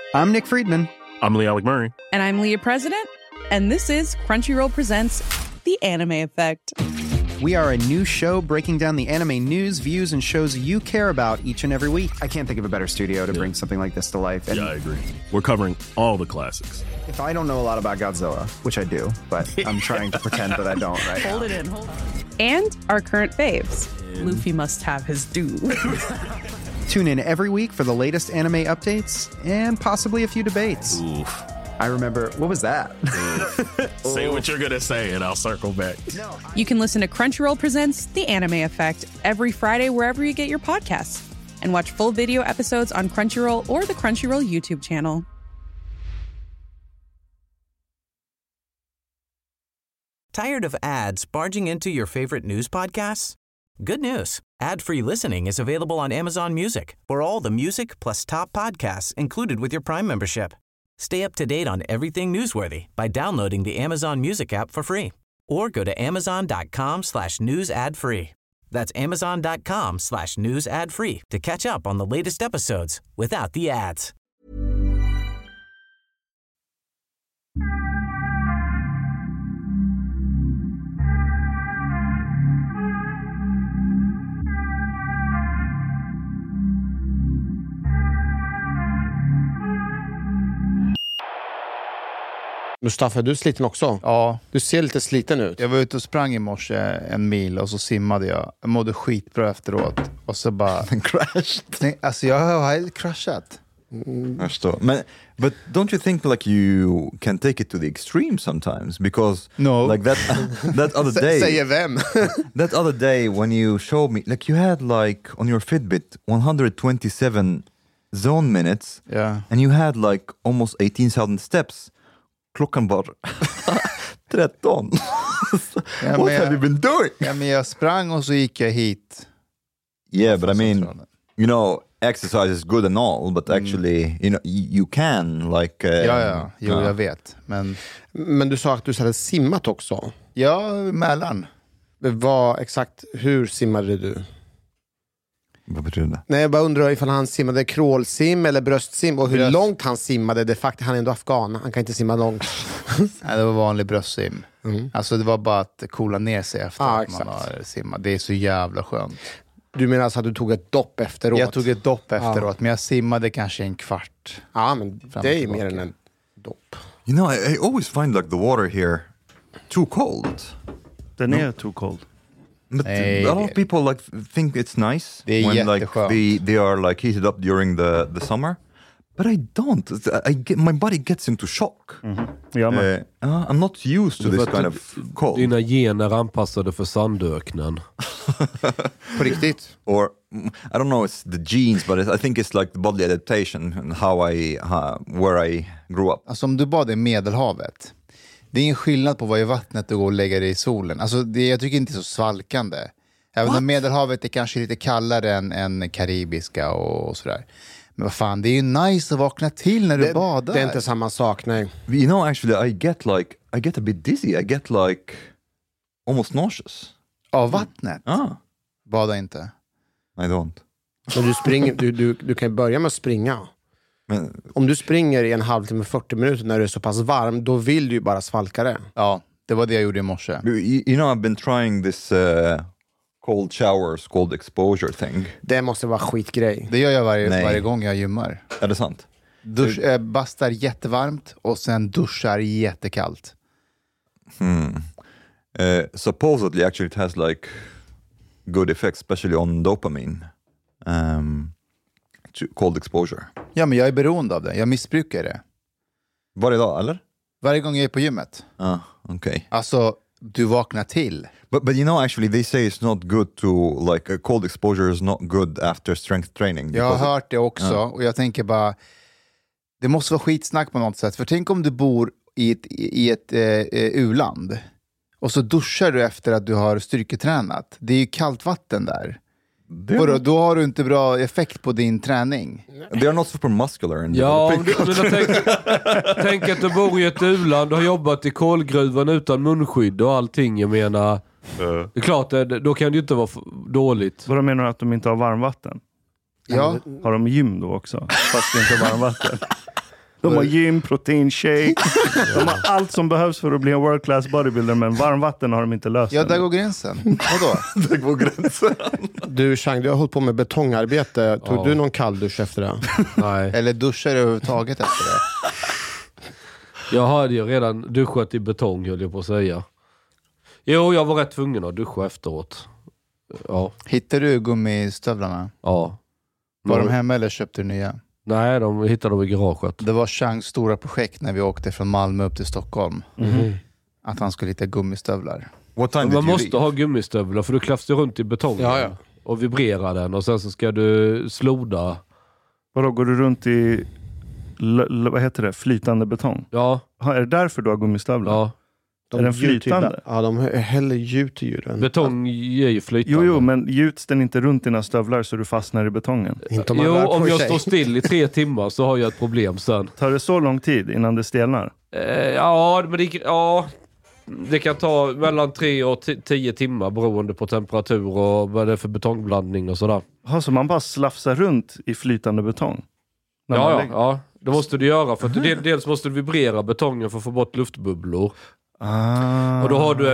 I'm Nick Friedman. I'm Lee Alec Murray. And I'm Leah President. And this is Crunchyroll Presents The Anime Effect. We are a new show breaking down the anime news, views, and shows you care about each and every week. I can't think of a better studio to bring something like this to life. And I agree. We're covering all the classics. if I don't know a lot about Godzilla, which I do, but I'm trying to pretend that I don't right now. Hold it in, hold on. And our current faves. Luffy must have his due. Tune in every week for the latest anime updates and possibly a few debates. Oof. I remember, what was that? Say what you're going to say and I'll circle back. You can listen to Crunchyroll Presents The Anime Effect every Friday wherever you get your podcasts. And watch full video episodes on Crunchyroll or the Crunchyroll YouTube channel. Tired of ads barging into your favorite news podcasts? Good news. Ad-free listening is available on Amazon Music for all the music plus top podcasts included with your Prime membership. Stay up to date on everything newsworthy by downloading the Amazon Music app for free or go to amazon.com/news ad free. That's amazon.com/news ad free to catch up on the latest episodes without the ads. Mustafa, du är sliten också? Ja. Du ser lite sliten ut. Jag var ute och sprang i morse 1 mil och så simmade jag. Jag mådde skitbra efteråt. Och så bara... crashed. Alltså jag har helt kraschat. I förstår. But don't you think like you can take it to the extreme sometimes? Because like that other day... Säger vem? That other day when you showed me, like you had like on your Fitbit 127 zone minutes. Yeah. And you had like almost 18,000 steps. Klockan var 13. What have you been doing? Ja, men jag sprang och så gick jag hit. Yeah, but I mean, you know, exercise is good and all, but actually, you know, you can like... Ja, jo, jag vet. Men du sa att du hade simmat också. Ja, Mälaren. Exakt, hur simmade du? Vad betyder det? Nej, jag bara undrar ifall han simmade crawlsim eller bröstsim och hur långt han simmade. Det faktiskt, han är ändå afghan, han kan inte simma långt. Nej, det var vanlig bröstsim. Alltså det var bara att coola ner sig efter att man har simmat. Det är så jävla skönt. Du menar alltså att du tog ett dopp efteråt? Jag tog ett dopp efteråt, men jag simmade kanske en kvart. Ja, men det är mer än en dopp. You know, I always find like the water here too cold. Den är too cold. But a lot of people like think it's nice when like they are like heated up during the summer, but I don't. My body gets into shock. I'm not used to this kind of cold. Dina gener anpassade för sandöknen. På riktigt? Or I don't know, it's the genes, but I think it's like the body adaptation and where I grew up. Alltså om du bad i Medelhavet, det är en skillnad på vad i vattnet du går och lägger dig i solen. Alltså jag tycker inte det är så svalkande. Även om Medelhavet är kanske lite kallare än karibiska och sådär. Men vad fan, det är ju nice att vakna till när du badar. Det är inte samma sak, nej. You know, actually I get a bit dizzy. I get like almost nauseous. Av vattnet? Bada inte. I don't. Men du springer, du kan börja med att springa. Men om du springer i en halvtimme, 40 minuter när du är så pass varm, då vill du ju bara svalka det. Ja, det var det jag gjorde i morse. You know, I've been trying this cold showers, cold exposure thing. Det måste vara skitgrej. Det gör jag varje gång jag gymmar. Är det sant? Bastar jättevarmt och sen duschar jättekallt. Supposedly actually it has like good effects, especially on dopamine. Cold exposure. Ja, men jag är beroende av det. Jag missbrukar det. Varje dag, eller? Varje gång jag är på gymmet. Okay. Alltså, du vaknar till. But you know, actually they say it's not good to, like, a cold exposure is not good after strength training. Jag har hört det också, och jag tänker bara, det måste vara skitsnack på något sätt. För tänk om du bor i ett u-land och så duschar du efter att du har styrketränat. Det är ju kallt vatten där. Då har du inte bra effekt på din träning. They are not super muscular. Ja, tänk att du bor i ett u-land och har jobbat i kolgruvan utan munskydd och allting. Jag menar, det är klart, då kan det ju inte vara dåligt. Vad menar du att de inte har varmvatten? Ja. Har de gym då också? Fast det inte är varmvatten. De har gym, proteinshake. De har allt som behövs för att bli en world class bodybuilder, men varmvatten har de inte löst. Ja, där går gränsen. Vadå? Där går gränsen. Du Chang, du har hållit på med betongarbete. Tog du någon kalldusch efter det? Nej. Eller duschar överhuvudtaget efter det? Jag hade ju redan duschat i betong, höll jag på att säga. Jo, jag var rätt tvungen att duscha efteråt. Ja. Hittade du gummistövlarna? Ja. Var de hemma eller köpte du nya? Nej, de hittade dem i garaget. Det var Changs stora projekt när vi åkte från Malmö upp till Stockholm. Att han skulle hitta gummistövlar. Man måste ha gummistövlar för du klafsar runt i betongen och vibrerar den och sen så ska du sloda. Vadå, går du runt i vad heter det? Flytande betong? Ja. Är det därför du har gummistövlar? Ja. Är den flytande? Ja, de häller gjut i djuren. Betong ger ju flytande. Jo, men gjuts den inte runt dina stövlar så du fastnar i betongen? Jo, om jag står still i 3 timmar så har jag ett problem sen. Tar det så lång tid innan det stelnar? Ja, men det kan ta mellan 3 och 10 timmar beroende på temperatur och vad det är för betongblandning och sådär. Så man bara slafsar runt i flytande betong? Ja, det måste du göra. För att dels måste du vibrera betongen för att få bort luftbubblor. Och då har du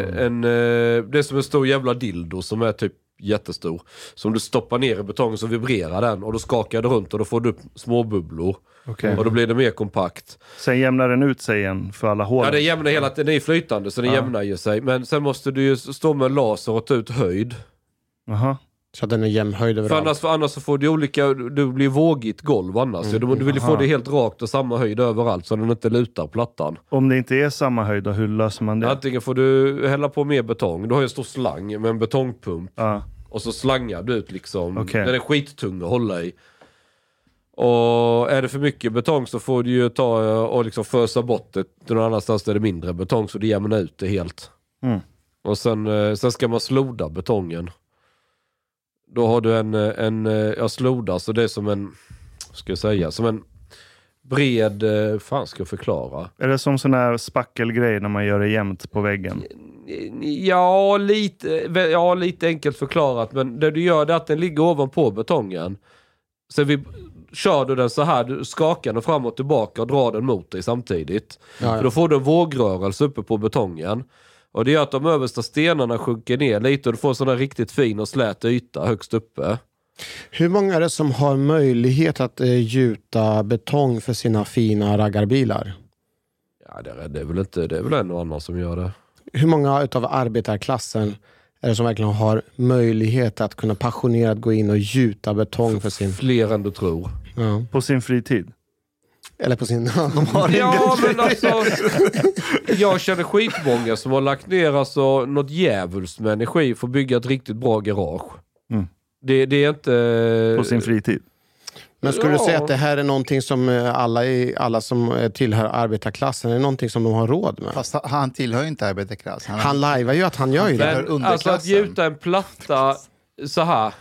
det är som en stor jävla dildo som är typ jättestor. Som du stoppar ner i betongen så vibrerar den och då skakar det runt och då får du upp små bubblor. Okay. Och då blir det mer kompakt. Sen jämnar den ut sig igen för alla hål. Ja, det jämnar hela tiden. Den är flytande så den jämnar ju sig. Men sen måste du ju stå med laser och ta ut höjd. Aha. Så att den är jämnhöjd överallt. För annars så får du du blir vågigt golv annars. Du vill ju få det helt rakt och samma höjd överallt så den inte lutar plattan. Om det inte är samma höjd, då hur löser man det? Antingen får du hälla på mer betong. Du har ju en stor slang med en betongpump. Och så slangar du ut liksom. Okay. Den är skittung att hålla i. Och är det för mycket betong så får du ju ta och liksom fösa bort det till någon annanstans där det är mindre betong så det jämnar ut det helt. Och sen ska man sloda betongen. Då har du en sloda så det är som en, ska jag säga, som en bred, fan ska jag förklara. Är det som sån här spackelgrej när man gör det jämnt på väggen? Ja, lite enkelt förklarat, men det du gör är att den ligger ovanpå betongen. Sen kör du den så här, du skakar den fram och tillbaka och drar den mot dig samtidigt. För då får du en vågrörelse uppe på betongen. Och det gör att de översta stenarna sjunker ner lite och du får sån här riktigt fin och slät yta högst uppe. Hur många är det som har möjlighet att gjuta betong för sina fina raggarbilar? Ja, det är väl en och annan som gör det. Hur många utav arbetarklassen är det som verkligen har möjlighet att kunna passionerat gå in och gjuta betong för sin... Fler än du tror. Ja. På sin fritid? Eller på sin... Ja, men alltså... Jag känner skitmånga som har lagt ner alltså något djävulskt med energi för att bygga ett riktigt bra garage. Det är inte... På sin fritid? Men skulle du säga att det här är någonting som alla som tillhör arbetarklassen, är det någonting som de har råd med? Fast han tillhör ju inte arbetarklassen. Han lajvar ju att han gör ju det. Men alltså att gjuta en platta så här,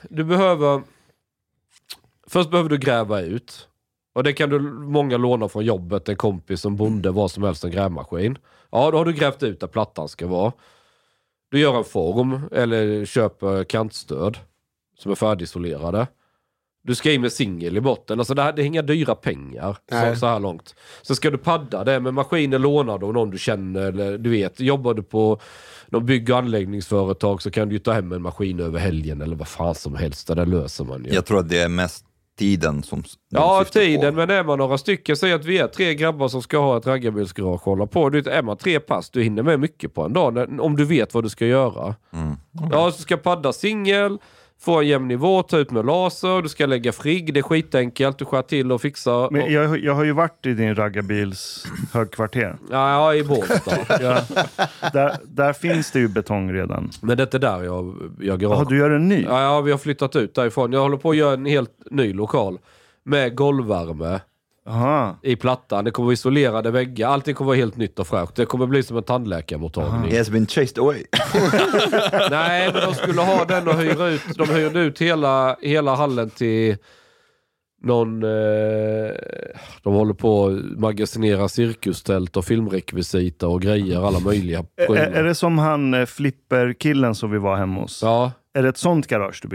först behöver du gräva ut. Och det kan du många låna från jobbet, en kompis som bonde, vad som helst, en grävmaskin. Ja, då har du grävt ut där plattan ska vara. Du gör en form eller köper kantstöd som är färdigisolerade. Du ska in med singel i botten. Alltså det är inga dyra pengar så här långt. Så ska du padda det med maskiner lånade och någon du känner. Eller du vet, jobbar du på någon bygg- och anläggningsföretag så kan du ju ta hem en maskin över helgen eller vad fan som helst. Det där löser man ju. Jag tror att det är mest tiden som... Ja, tiden. Men är man några stycken, säg att vi är 3 grabbar som ska ha ett raggarbilsgarage och hålla på. Är man 3 pass, du hinner med mycket på en dag. Om du vet vad du ska göra. Ja, så ska padda singel. Få en jämn nivå, ta ut med laser, du ska lägga frigg, det är skitenkelt, du skär till och fixar. Men jag har ju varit i din raggarbils högkvarter. Ja, i Båstad. Där finns det ju betong redan. Men det är där jag garage. Du gör en ny? Ja, vi har flyttat ut därifrån. Jag håller på att göra en helt ny lokal med golvvärme. I plattan. Det kommer att isolerade väggar. Allting kommer att vara helt nytt och fräscht. Det kommer att bli som en tandläkarmottagning. He has been chased away. Nej, men de skulle ha den och hyra ut. De hyrde ut hela hallen till någon... de håller på att magasinera cirkustält och filmrekvisita och grejer. Alla möjliga. Är det som han flipper-killen som vi var hemma hos? Ja. Är det ett sånt garage du bygger?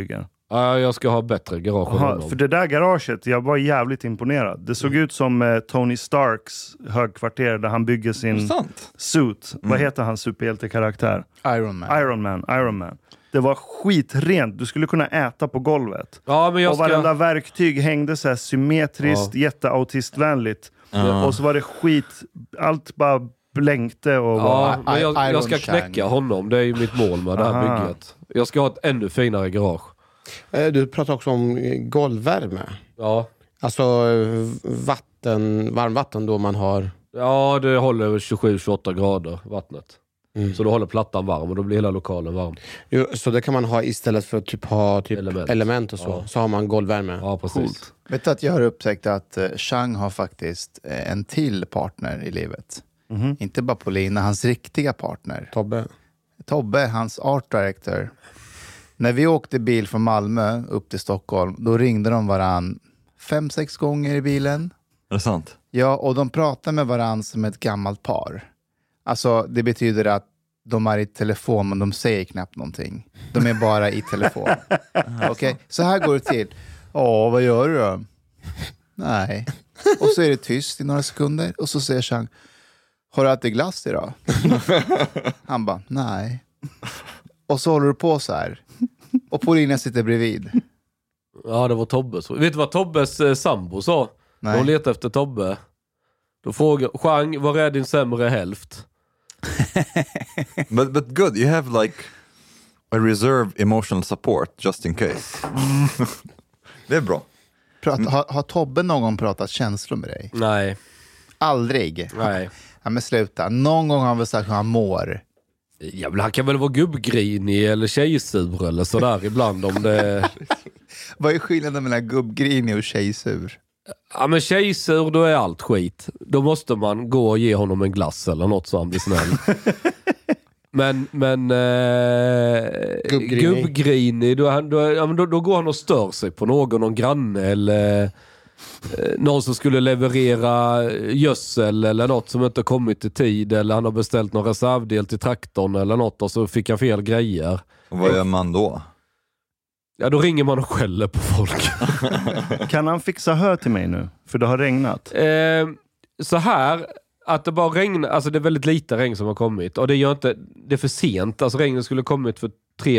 Ja, jag ska ha bättre garage än honom. För det där garaget, jag var jävligt imponerad. Det såg ut som Tony Starks högkvarter där han bygger sin suit. Vad heter hans superhjältekaraktär? Iron Man. Det var skitrent. Du skulle kunna äta på golvet. Ja, men och varenda verktyg hängde så här symmetriskt, jätteautistvänligt. Och så var det allt bara blänkte och men jag ska knäcka honom. Det är ju mitt mål med det här bygget. Jag ska ha ett ännu finare garage. Du pratar också om golvvärme. Ja. Alltså varmvatten då man har... Ja, det håller 27-28 grader vattnet. Så då håller plattan varm och då blir hela lokalen varm. Jo, så det kan man ha istället för att ha element och så. Ja. Så har man golvvärme. Ja, precis. Coolt. Vet du att jag har upptäckt att Chang har faktiskt en till partner i livet. Inte bara Paulina, hans riktiga partner. Tobbe, hans art director. När vi åkte bil från Malmö upp till Stockholm, då ringde de varann 5-6 gånger i bilen. Är det sant? Ja, och de pratar med varann som ett gammalt par. Alltså, det betyder att de är i telefon, men de säger knappt någonting. De är bara i telefon. Okej, så här går det till. Vad gör du då? Nej. Och så är det tyst i några sekunder. Och så säger Chang, har du ätit glass idag? Han bara, nej. Och så håller du på så här. Och Paulina sitter bredvid. Ja, det var Tobbes. Vet du vad Tobbes sambo sa? Nej. Hon letade efter Tobbe. Då frågar Chang, var är din sämre hälft? but good, you have like a reserve emotional support just in case. Det är bra. Har Tobbe någon gång pratat känslor med dig? Nej. Aldrig? Nej. Ja, men sluta. Någon gång har han väl sagt hur han mår. Ja, men han kan väl vara gubbgrinig eller tjejsur eller sådär ibland om det... Vad är skillnaden mellan gubbgrinig och tjejsur? Ja, men tjejsur, då är allt skit. Då måste man gå och ge honom en glass eller något så han blir snäll. Men gubbgrinig, då går han och stör sig på någon granne eller någon som skulle leverera gödsel eller något som inte kommit i tid, eller han har beställt någon reservdel till traktorn eller något och så fick han fel grejer. Och vad gör man då? Ja, då ringer man och skäller på folk. Kan han fixa hö till mig nu? För det har regnat. Så här, att det bara regnar, alltså det är väldigt lite regn som har kommit. Och det gör inte, det är för sent. Alltså regnet skulle kommit för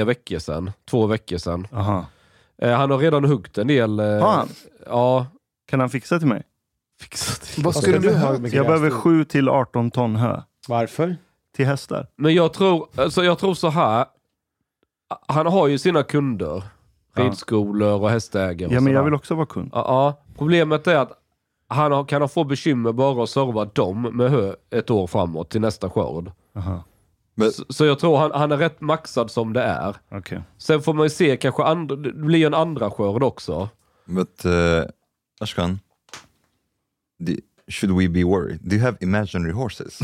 2 veckor sedan. Aha. Han har redan huggt en del. Ja. Kan han fixa till mig? Fixa till. Vad skulle du ha? Jag behöver 7-18 ton hö. Varför? Till hästar. Men jag tror så här. Han har ju sina kunder. Ridskolor och hästägare. Ja, men jag vill också vara kund. Ja, problemet är att han kan få bekymmer bara att serva dem med hö ett år framåt till nästa skörd. Aha. Så jag tror han är rätt maxad som det är. Okay. Sen får man ju se kanske det blir en andra skörd också. But Ashkan, should we be worried? Do you have imaginary horses?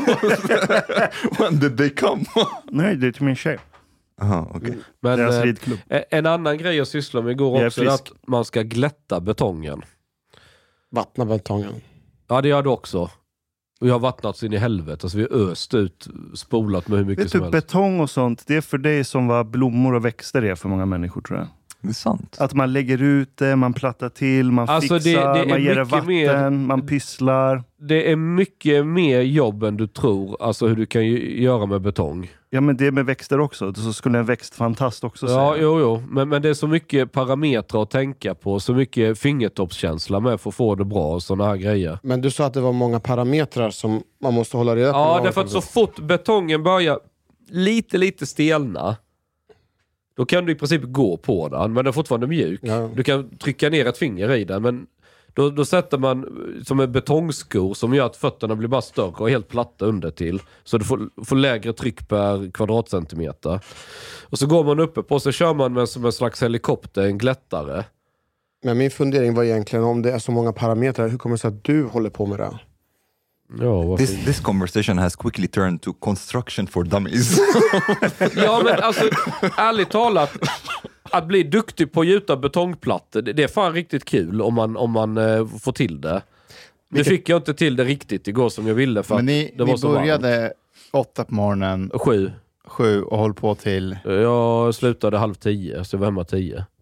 When did they come? Nej, det är till min tjej. Aha, okay. Men en annan grej jag sysslar med igår också är att man ska glätta betongen. Vattna betongen? Ja, det gör det också. Och jag har vattnat så in i helvete. Alltså vi har öst ut, spolat med hur mycket som helst. Betong och sånt, det är för dig som vad blommor och växter är för många människor, tror jag. Det är sant. Att man lägger ut det, man plattar till, man fixar, man ger det vatten, man pysslar. Det är mycket mer jobb än du tror. Alltså hur du kan göra med betong. Ja, men det är med växter också. Så skulle en växtfantast också säga. Ja, jo. Men det är så mycket parametrar att tänka på. Så mycket fingertoppskänsla med för att få det bra och sådana här grejer. Men du sa att det var många parametrar som man måste hålla reda på. Ja, därför att så fort betongen börjar lite stelna, då kan du i princip gå på den, men den är fortfarande mjuk. Ja. Du kan trycka ner ett finger i den, men då sätter man som en betongskor som gör att fötterna blir bara större och helt platta under till. Så du får lägre tryck per kvadratcentimeter. Och så går man uppe på, så kör man med som en slags helikopter, en glättare. Men min fundering var egentligen, om det är så många parametrar, hur kommer det sig att du håller på med det? Ja, this conversation has quickly turned to construction for dummies. Ja, men alltså ärligt talat, att bli duktig på att gjuta betongplattor, det är fan riktigt kul om man får till det. Nu fick jag inte till det riktigt igår som jag ville, för men det var så började varmt. 8 på morgonen. 7 och håll på till. Jag slutade 9:30, så jag var hemma 10 på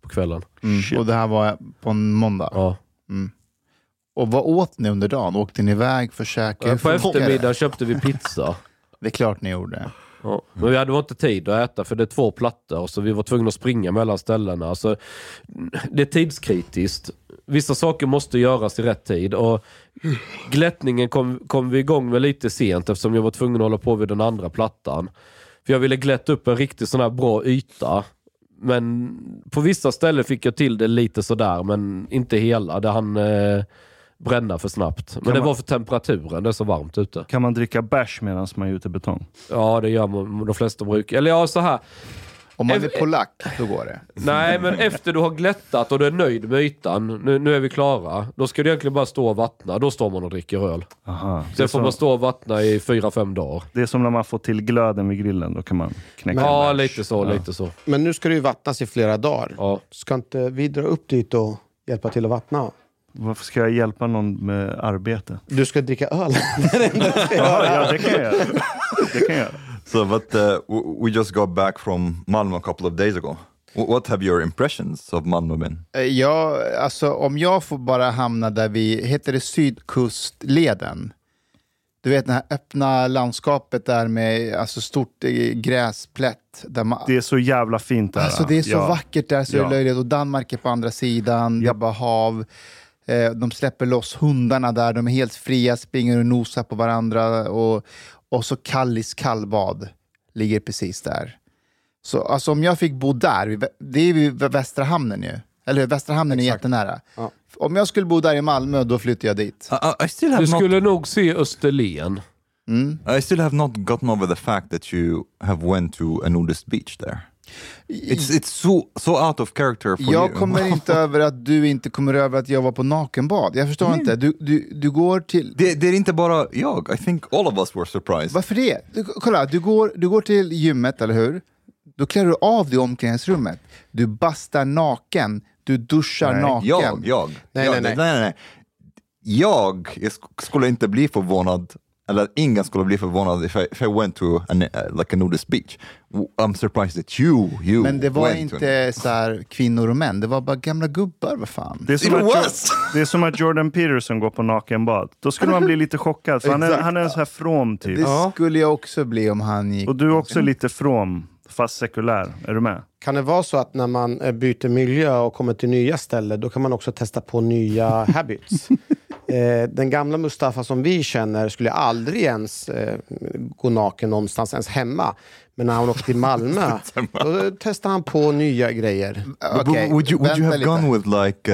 på kvällen. Och det här var på en måndag? Ja. Och vad åt ni under dagen? Åkte ni iväg för käka? På eftermiddagen köpte vi pizza. Det är klart ni gjorde. Ja. Men vi hade inte tid att äta för det är 2 plattor så vi var tvungna att springa mellan ställena. Alltså, det är tidskritiskt. Vissa saker måste göras i rätt tid och glättningen kom vi igång med lite sent eftersom jag var tvungen att hålla på vid den andra plattan. För jag ville glätta upp en riktigt sån här bra yta. Men på vissa ställen fick jag till det lite sådär men inte hela. Det hann bränna för snabbt. Men det var för temperaturen, det är så varmt ute. Kan man dricka bärs medan man är ute i betong? Ja, det gör man. De flesta brukar. Eller ja, så här. Om man är polack, då går det. Nej, men efter du har glättat och du är nöjd med ytan, nu är vi klara. Då ska du egentligen bara stå och vattna. Då står man och dricker öl. Aha. Sen får man stå och vattna i 4-5 dagar. Det är som när man får till glöden vid grillen. Då kan man knäcka ja, lite så. Men nu ska det ju vattnas i flera dagar. Ja. Ska inte vi dra upp dit och hjälpa till att vattna? Varför ska jag hjälpa någon med arbete? Du ska dricka öl. Ja, det kan jag göra. Det kan jag göra. So, but we just got back from Malmö a couple of days ago. What have your impressions of Malmö been? Ja, alltså om jag får bara hamna där heter det Sydkustleden. Du vet det här öppna landskapet där med alltså stort gräsplätt. Där det är så jävla fint där. Alltså det är så vackert där så är det löjligt. Och Danmark är på andra sidan, det är bara hav. De släpper loss hundarna där, de är helt fria, springer och nosar på varandra och så Kallis kallbad ligger precis där. Så alltså om jag fick bo där, det är ju Västra hamnen ju. Eller hur? Västra hamnen är jättenära. Ja. Om jag skulle bo där i Malmö, då flyttar jag dit. Du skulle nog se Österlen. I still have not gotten over the fact that you have went to a nudist beach there. It's so out of character for you. Jag kommer inte över att du inte kommer över att jag var på nakenbad. Jag förstår inte. Du går till... Det är inte bara jag. I think all of us were surprised. Varför det? Kolla, du går till gymmet, eller hur? Då klär du av dig i omklädningsrummet. Du bastar naken. Du duschar naken. Nej. Jag skulle inte bli förvånad. Eller ingen skulle bli förvånad if I went to like a nudist beach. I'm surprised that you men det var inte så här kvinnor och män. Det var bara gamla gubbar, vad fan. Det är som att Jordan Peterson går på nakenbad. Då skulle man bli lite chockad. För han är en så här from typ. Det skulle jag också bli om han gick. Och du är också lite from, fast sekulär. Är du med? Kan det vara så att när man byter miljö och kommer till nya ställen, då kan man också testa på nya habits? Den gamla Mustafa som vi känner skulle aldrig ens gå naken någonstans ens hemma. Men när han åkte till Malmö då testade han på nya grejer. Okay. Would you have gone with like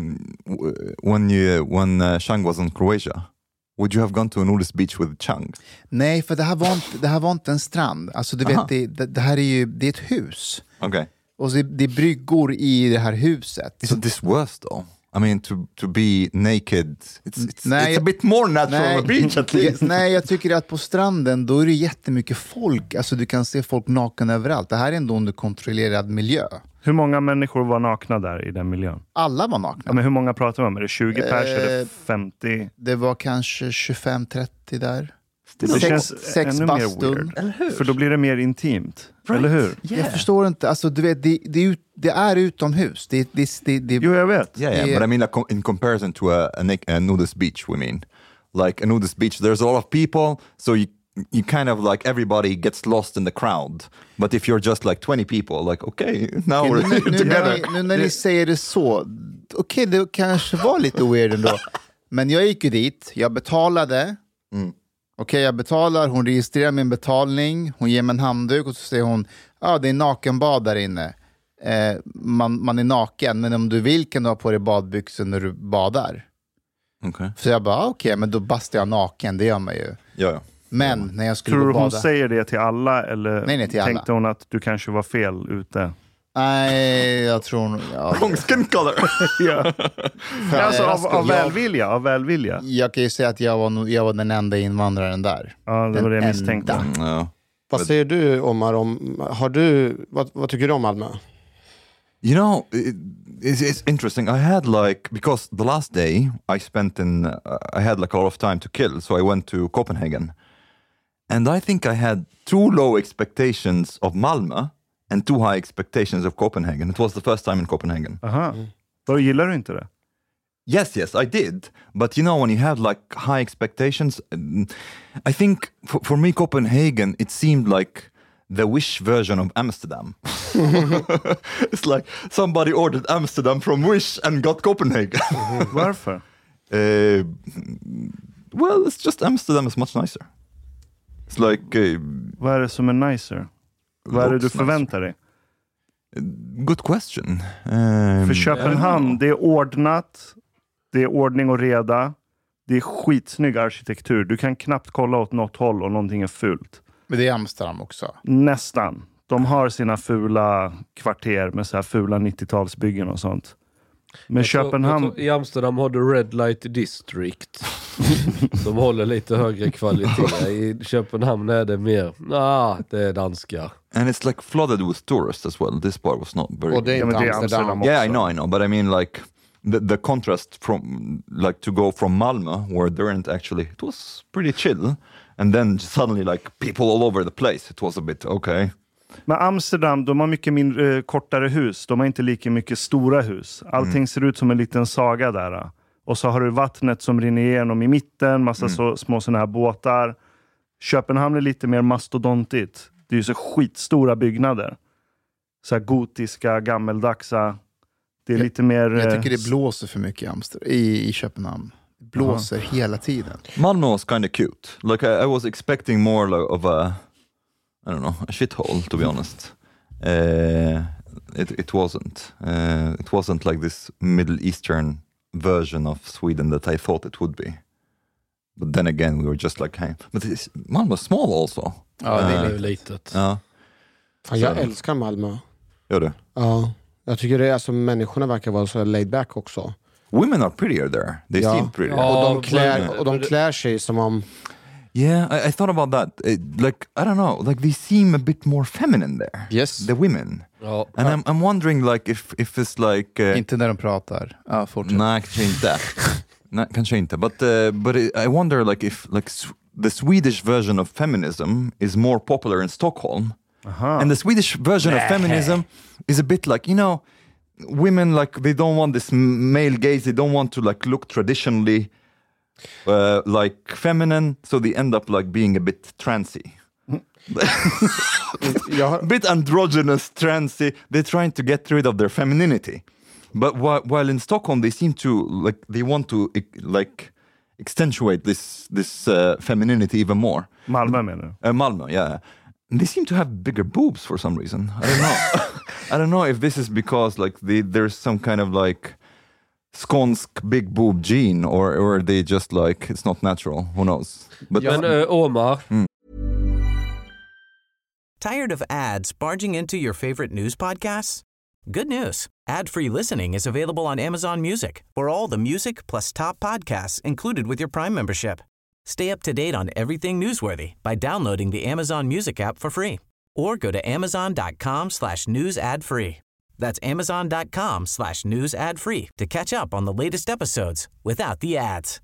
when Chang was in Croatia? Would you have gone to a nudist beach with Chang? Nej, för det här var inte en strand. Alltså du vet, det här är ju det är ett hus. Okay. Och det är bryggor i det här huset. Isn't this worse though? I mean, to be naked, it's a bit more natural on the beach at least. Nej, jag tycker att på stranden, då är det jättemycket folk. Alltså du kan se folk naken överallt. Det här är ändå under kontrollerad miljö. Hur många människor var nakna där i den miljön? Alla var nakna. Ja, men hur många pratar vi om? Är det 20 pers eller 50? Det var kanske 25-30 där. Det känns sex ännu bastun. mer weird. För då blir det mer intimt. Right. Eller hur? Yeah. Jag förstår inte. Alltså, du vet, det är utomhus. Jo, jag vet. Yeah, but I mean in comparison to a nudist beach, we mean. Like a nudist beach, there's a lot of people, so you kind of like everybody gets lost in the crowd. But if you're just like 20 people, like okay, now we're together. Nu när ni säger det så, okej, det kanske var lite weird ändå. Men jag gick ju dit, jag betalade. Okej, jag betalar, hon registrerar min betalning, hon ger mig en handduk och så säger hon, det är nakenbad där inne. Man är naken, men om du vill kan du ha på dig badbyxor när du badar. Okay. Så jag bara, okej, men då bastar jag naken, det gör man ju. Ja. Men när jag skulle Tror du bada... hon säger det till alla, eller nej, till tänkte alla. hon att du kanske var fel ute? Nej, jag tror... Wrong skin color. Ja. Alltså av välvilja. Jag kan ju säga att jag var den enda invandraren där. Ja, det var det jag misstänkte. Vad säger du, Omar, vad tycker du om Malmö? You know, it's interesting. I had because the last day I spent I had like a lot of time to kill, so I went to Copenhagen. And I think I had too low expectations of Malmö and too high expectations of Copenhagen. It was the first time in Copenhagen. Aha. Då gillar du inte det? Yes, I did. But you know, when you have like high expectations, I think for me, Copenhagen, it seemed like the Wish version of Amsterdam. It's like somebody ordered Amsterdam from Wish and got Copenhagen. Varför? Well, it's just Amsterdam is much nicer. It's like... vad är det som är nicer? Vad är det du förväntar dig? Good question. För Köpenhamn, det är ordnat, det är ordning och reda, det är skitsnygg arkitektur. Du kan knappt kolla åt något håll och någonting är fult. Men det är Amsterdam också? Nästan. De har sina fula kvarter med så här fula 90-talsbyggen och sånt. Men Köpenhamn... I Amsterdam har du Red Light District. Som håller lite högre kvalitet. I Köpenhamn är det mer... det är danska. And it's like flooded with tourists as well. This part was not very... Och det är inte Amsterdam också. Yeah, I know. But I mean like... The contrast from like to go from Malmö where there weren't actually, it was pretty chill, and then suddenly like people all over the place. It was a bit okay. Men Amsterdam, de har mycket mindre, kortare hus. De har inte lika mycket stora hus. Allting ser ut som en liten saga där. Och så har du vattnet som rinner igenom i mitten, massa små såna här båtar. Köpenhamn är lite mer mastodontigt. Det är ju så skitstora byggnader. Så här gotiska, gammeldagsa. Det är lite mer... Jag tycker det blåser för mycket i Amsterdam, i Köpenhamn. Det blåser hela tiden. Malmö was kind of cute. Like I was expecting more of a, I don't know, a shithole, to be honest. It wasn't. It wasn't like this Middle Eastern version of Sweden that I thought it would be. But then again, we were just like, hey. But Malmö small also. Ja, det är ju litet. Ja. Fan, jag älskar Malmö. Gör du? Ja. Jag tycker det är, alltså, människorna verkar vara så laid back också. Women are prettier there. They seem prettier. Och de klär sig som om... Yeah, I thought about that. Like, I don't know, like they seem a bit more feminine there. Yes. The women. And I'm wondering like if it's like... inte när de pratar. Fortsätt. Nej, kanske inte. Nej, kanske inte. But I wonder like if like the Swedish version of feminism is more popular in Stockholm. And the Swedish version of feminism is a bit like, you know, women like they don't want this male gaze, they don't want to like look traditionally like feminine, so they end up like being a bit transy. A bit androgynous, transy. They're trying to get rid of their femininity. But while in Stockholm they seem to like they want to like accentuate this femininity even more. Malmö menar du? Malmö, yeah. And they seem to have bigger boobs for some reason. I don't know. I don't know if this is because like there's some kind of like skånsk big boob gene, or they just like it's not natural. Who knows? But Omar. Tired of ads barging into your favorite news podcasts? Good news. Ad-free listening is available on Amazon Music for all the music plus top podcasts included with your Prime membership. Stay up to date on everything newsworthy by downloading the Amazon Music app for free or go to amazon.com/news ad free. That's amazon.com/news ad free to catch up on the latest episodes without the ads.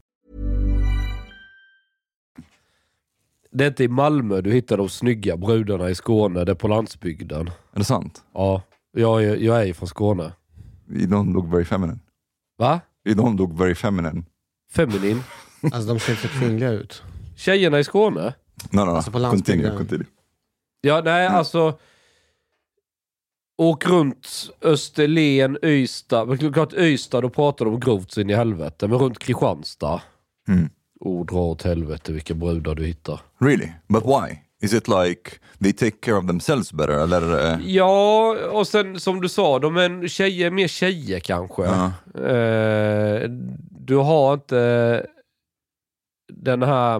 Det är inte i Malmö du hittar de snygga brudarna i Skåne, det är på landsbygden. Är det sant? Ja, jag är ju från Skåne. You don't look very feminine. Va? You don't look very feminine. Feminin? Alltså de ser inte kvinnliga ut. Tjejerna i Skåne? No. Alltså på landsbygden. Continue. Ja, nej, alltså... Åk runt Österlen, Ystad. Men klart Ystad, då pratar de grovt sin i helvete. Men runt Kristianstad. Dra åt helvete vilka brudar du hittar. Really? But why? Is it like they take care of themselves better? Eller? Ja, och sen som du sa, de är mer tjejer kanske. Du har inte den här...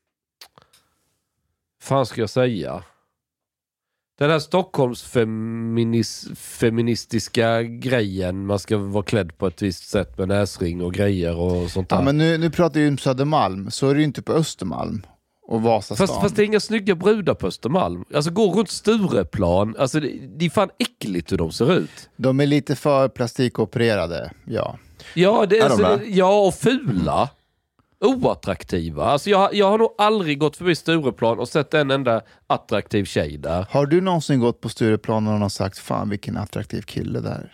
Fan ska jag säga? Den här Stockholms feministiska grejen. Man ska vara klädd på ett visst sätt med näsring och grejer och sånt där. Ja, men nu pratar ju om Södermalm. Så är det ju inte på Östermalm och Vasastan. Fast det är inga snygga brudar på Östermalm. Alltså gå runt Stureplan. Alltså det är fan äckligt hur de ser ut. De är lite för plastikopererade, ja. Ja, och fula. oattraktiva. Alltså jag har nog aldrig gått förbi Stureplan och sett en enda attraktiv tjej där. Har du någonsin gått på Stureplan och någon har sagt fan vilken attraktiv kille där?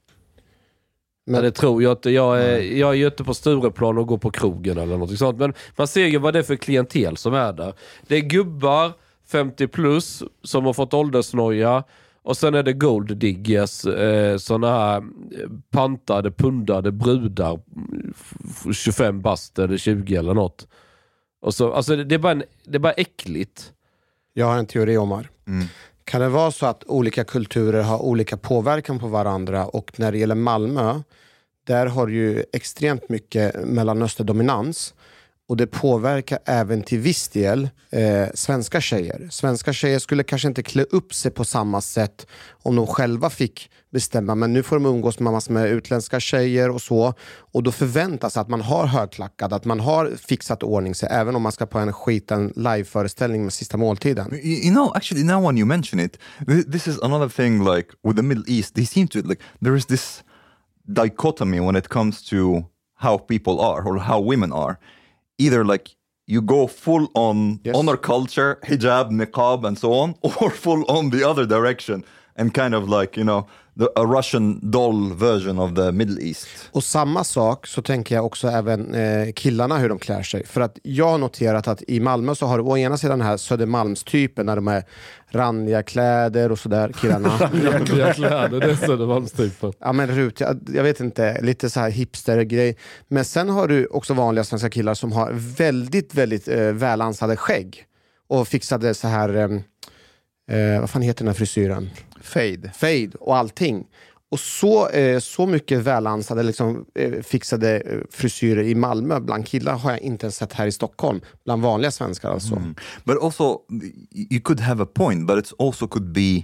Men det tror jag inte. Jag är ju inte på Stureplan och går på krogen eller något sånt. Men man ser ju vad det är för klientel som är där. Det är gubbar 50 plus som har fått åldersnoja. Och sen är det gold diggers, såna här pantade, pundade brudar, 25 bast eller 20 eller något. Och så, alltså det är bara äckligt. Jag har en teori, Omar. Kan det vara så att olika kulturer har olika påverkan på varandra, och när det gäller Malmö, där har ju extremt mycket Mellanöstern-dominans. Och det påverkar även till viss del svenska tjejer. Svenska tjejer skulle kanske inte klä upp sig på samma sätt om de själva fick bestämma. Men nu får de umgås med massor med utländska tjejer och så. Och då förväntas att man har högklackat, att man har fixat ordning sig. Även om man ska på en skiten live-föreställning med sista måltiden. You know, actually now when you mention it, this is another thing like with the Middle East. They seem to, like, there is this dichotomy when it comes to how people are or how women are. Either like you go full on honor culture, hijab, niqab and so on, or full on the other direction and kind of like, you know, a Russian doll version of the Middle East. Och samma sak så tänker jag också även killarna hur de klär sig. För att jag har noterat att i Malmö så har du å ena sidan den här Södermalmstypen när de är randiga kläder och sådär, killarna. randiga kläder, det är Södermalmstypen. Ja men jag vet inte, lite så här hipster-grej. Men sen har du också vanliga svenska killar som har väldigt, väldigt välansade skägg. Och fixade så här, vad fan heter den här frisyren? Fade och allting. Och så mycket välansade liksom, fixade frisyrer i Malmö bland killar har jag inte ens sett här i Stockholm. Bland vanliga svenskar alltså. But also, you could have a point, but it also could be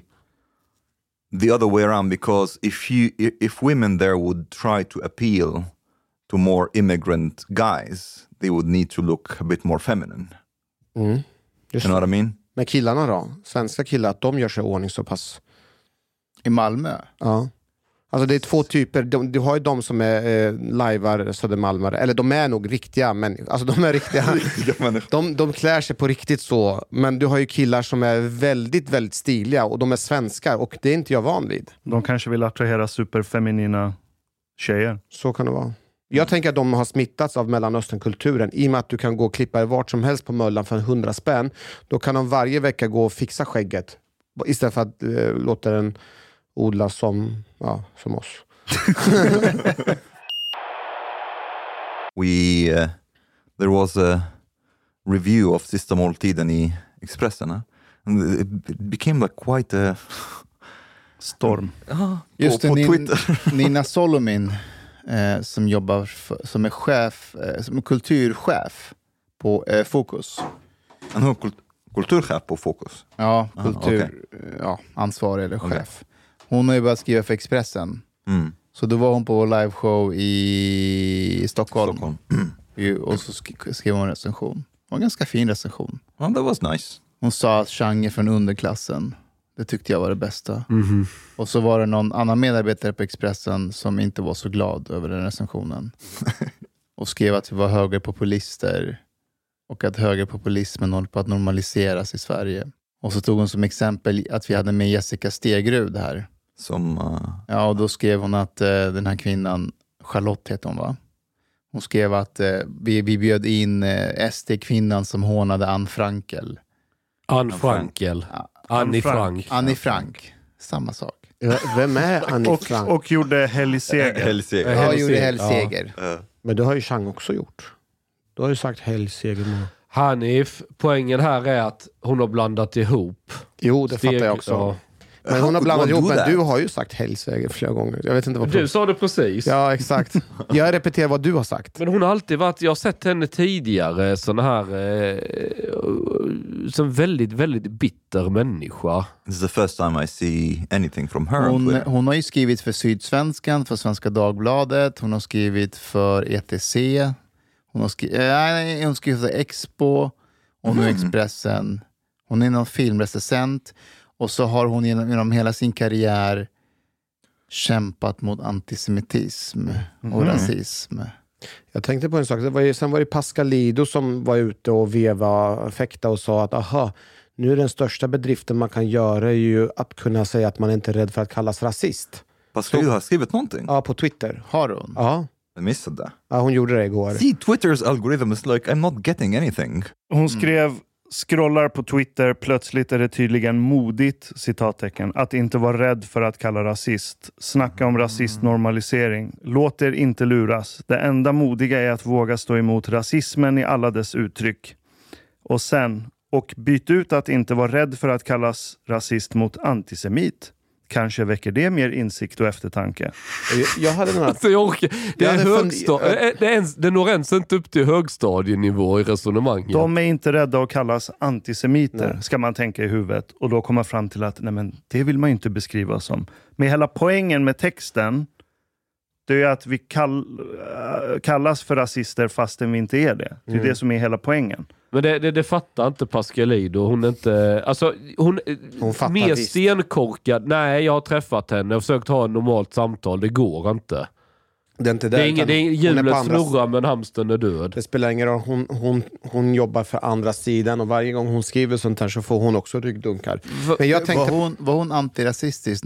the other way around, because if women there would try to appeal to more immigrant guys, they would need to look a bit more feminine. You know what I mean? Men killarna då? Svenska killar, att de gör sig i ordning så pass... I Malmö? Ja. Alltså det är två typer. Du har ju de som är lajvar, södermalmare. Eller de är nog riktiga människor. Alltså de är riktiga. de klär sig på riktigt så. Men du har ju killar som är väldigt, väldigt stiliga. Och de är svenskar. Och det är inte jag van vid. De kanske vill attrahera superfeminina tjejer. Så kan det vara. Jag tänker att de har smittats av Mellanösternkulturen. I och med att du kan gå och klippa vart som helst på Möllan för 100 spänn. Då kan de varje vecka gå och fixa skägget. Istället för att låta den odlas som oss. There was a review of Sista måltiden i Expressen. And it became like quite a storm. Just på Twitter. Nina Solomin som jobbar som är chef, som är kulturchef på Fokus. Han har kulturchef på Fokus. Ja, ansvarig eller chef. Hon har ju börjat skriva för Expressen. Så då var hon på liveshow i Stockholm. Och så skrev hon en recension. Det var en ganska fin recension. That was nice. Hon sa att genre från underklassen. Det tyckte jag var det bästa. Och så var det någon annan medarbetare på Expressen som inte var så glad över den recensionen. Och skrev att vi var högerpopulister. Och att högerpopulismen håller på att normaliseras i Sverige. Och så tog hon som exempel att vi hade med Jessica Stegrud här. Ja, och då skrev hon att den här kvinnan, Charlotte heter hon va? Hon skrev att vi bjöd in SD-kvinnan som hånade Anne Frankel. Anne Frankel. Annie Frank. Annie Frank. Samma sak. Vem är Annie Frank? Och gjorde Helgseger. Ja, gjorde Helgseger. Men det har ju Chang också gjort. Du har ju sagt Helgseger. Hanif, poängen här är att hon har blandat ihop. Jo, det fattar jag också. Ja. Men hon har blandat ihop, men du har ju sagt Helgseger flera gånger. Jag vet inte vad du sa det precis. Ja, exakt. Jag repeterar vad du har sagt. Men hon har alltid varit, jag har sett henne tidigare, sån här som väldigt, väldigt bitter människa. This is the first time I see anything from her. Hon har ju skrivit för Sydsvenskan, för Svenska Dagbladet, hon har skrivit för ETC, hon har skrivit för Expo, och nu Expressen. Hon är någon filmrecensent. Och så har hon genom hela sin karriär kämpat mot antisemitism och rasism. Jag tänkte på en sak. Sen var det Pascalido som var ute och fäkta och sa att nu är den största bedriften man kan göra är ju att kunna säga att man inte är rädd för att kallas rasist. Pascalido har skrivit någonting? Ja, på Twitter. Har hon? Ja. Jag missade det. Ja, hon gjorde det igår. See, Twitter's algorithm is like, I'm not getting anything. Hon skrev, scrollar på Twitter, plötsligt är det tydligen modigt, citattecken, att inte vara rädd för att kalla rasist. Snacka om rasistnormalisering. Låt er inte luras. Det enda modiga är att våga stå emot rasismen i alla dess uttryck. Och byt ut att inte vara rädd för att kallas rasist mot antisemit. Kanske väcker det mer insikt och eftertanke. Jag hade några... alltså, det når ens inte upp till högstadienivå i resonemanget. De är inte rädda att kallas antisemiter, ska man tänka i huvudet. Och då komma fram till att det vill man ju inte beskriva som. Men hela poängen med texten, det är att vi kallas för rasister fastän vi inte är det. Det är det som är hela poängen. Men det fattar inte Pascalido. Hon är inte... Alltså, hon mer visst. Stenkorkad. Nej, jag har träffat henne och försökt ha ett normalt samtal. Det går inte. Det är inte där, det är hjulet snurrar men hamstern är död. Det spelar ingen roll. Hon jobbar för andra sidan och varje gång hon skriver sånt här så får hon också ryggdunkar. Men jag tänkte... var hon antirasistisk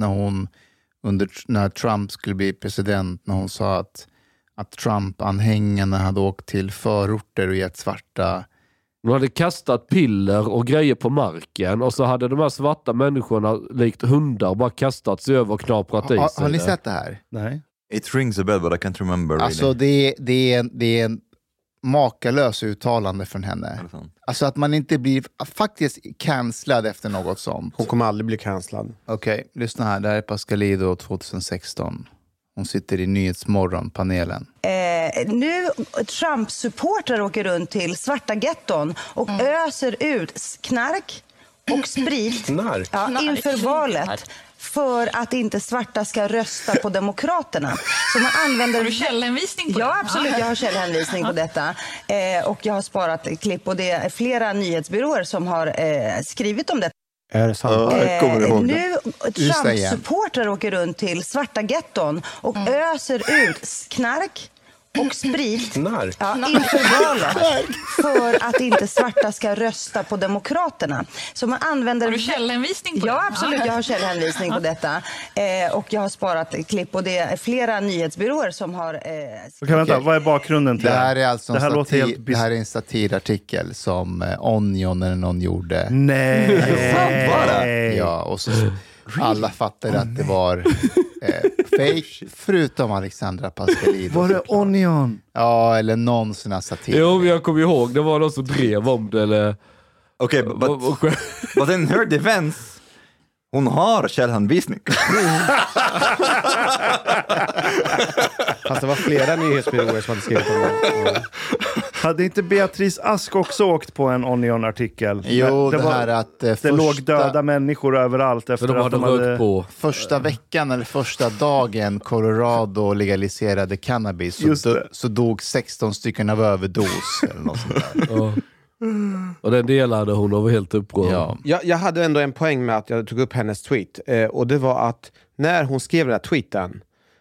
när Trump skulle bli president, när hon sa att Trump-anhängarna hade åkt till förorter och gett svarta... De hade kastat piller och grejer på marken och så hade de här svarta människorna likt hundar bara kastat sig över och knaprat i sig. Har ni sett det här? Nej. It rings a bell but I can't remember. Alltså det är en makalös uttalande från henne. Alltså att man inte blir faktiskt cancellad efter något sånt. Hon kommer aldrig bli cancellad. Okej, lyssna här. Det här är Pascalido 2016. Hon sitter i Nyhetsmorgon-panelen. Nu Trump-supportrar åker runt till svarta getton och öser ut knark och sprit inför valet för att inte svarta ska rösta på Demokraterna. Så man använder... Har du källhänvisning på det? Ja, absolut. Jag har källhänvisning på detta. Och jag har sparat ett klipp och det är flera nyhetsbyråer som har skrivit om det. Är det sant? Nu Trump-supportrar åker runt till svarta getton och öser ut knark och sprit inför valet för att inte svarta ska rösta på Demokraterna. Så man använder... Har du källhänvisning på det? Ja, absolut. Jag har källhänvisning på detta. Och jag har sparat ett klipp och det är flera nyhetsbyråer som har... Okej, vänta. Vad är bakgrunden till det här? Är alltså det här är en satirartikel som Onion eller någon gjorde. Nej! Ja, och så alla fattade att det var fake, förutom Alexandra Pascalido. Var det Onion? Ja, eller någon sån här satir. Jo, jag kommer ihåg. Det var någon som drev om det, eller... Okej, but in her defense, hon har källhänvisning. Fast det var flera nyhetsbyråer som hade skrivit om det. Hade inte Beatrice Ask också åkt på en Onion-artikel? Jo, det här att det låg döda människor överallt efter de att de hade... på. Första veckan eller första dagen Colorado legaliserade cannabis så dog 16 stycken av överdos eller något sånt där. Och den delade hon och var helt upprörd. Ja. Jag hade ändå en poäng med att jag tog upp hennes tweet. Och det var att när hon skrev den här tweeten,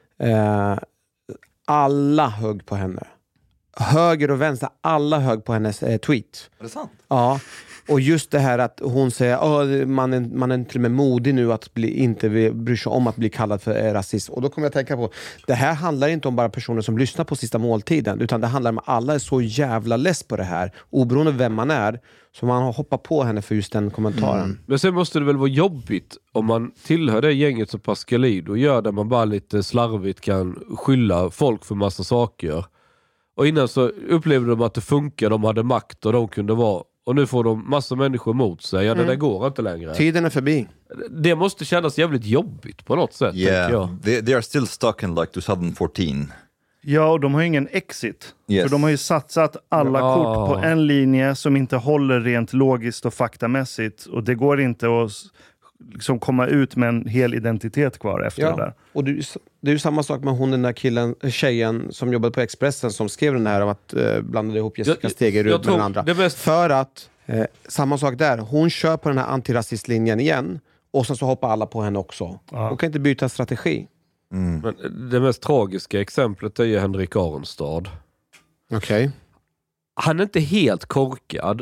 alla högg på henne. Höger och vänster, alla högg på hennes tweet. Är det sant? Ja. Och just det här att hon säger man är till och med modig nu att inte bryr sig om att bli kallad för rasist. Och då kommer jag att tänka på, det här handlar inte om bara personer som lyssnar på Sista måltiden, utan det handlar om att alla är så jävla less på det här, oberoende av vem man är, så man har hoppat på henne för just den kommentaren. Men sen måste det väl vara jobbigt om man tillhör det gänget som Pascalido gör, där man bara lite slarvigt kan skylla folk för massa saker. Och innan så upplevde de att det funkar, de hade makt och de kunde vara. Och nu får de massa människor emot sig. Ja, det där går inte längre. Tiden är förbi. Det måste kännas jävligt jobbigt på något sätt. Yeah, they are still stuck in like 2014. Ja, och de har ju ingen exit. Yes. För de har ju satsat alla kort på en linje som inte håller rent logiskt och faktamässigt. Och det går inte att liksom komma ut med en hel identitet kvar efter det där. Och det är ju samma sak med hon, den där tjejen som jobbade på Expressen som skrev den här om att blanda ihop Jessica Stegerud med den andra. För att, samma sak där, hon kör på den här antirasistlinjen igen och sen så hoppar alla på henne också. Hon kan inte byta strategi. Men det mest tragiska exemplet är ju Henrik Arnstad. Okej. Han är inte helt korkad.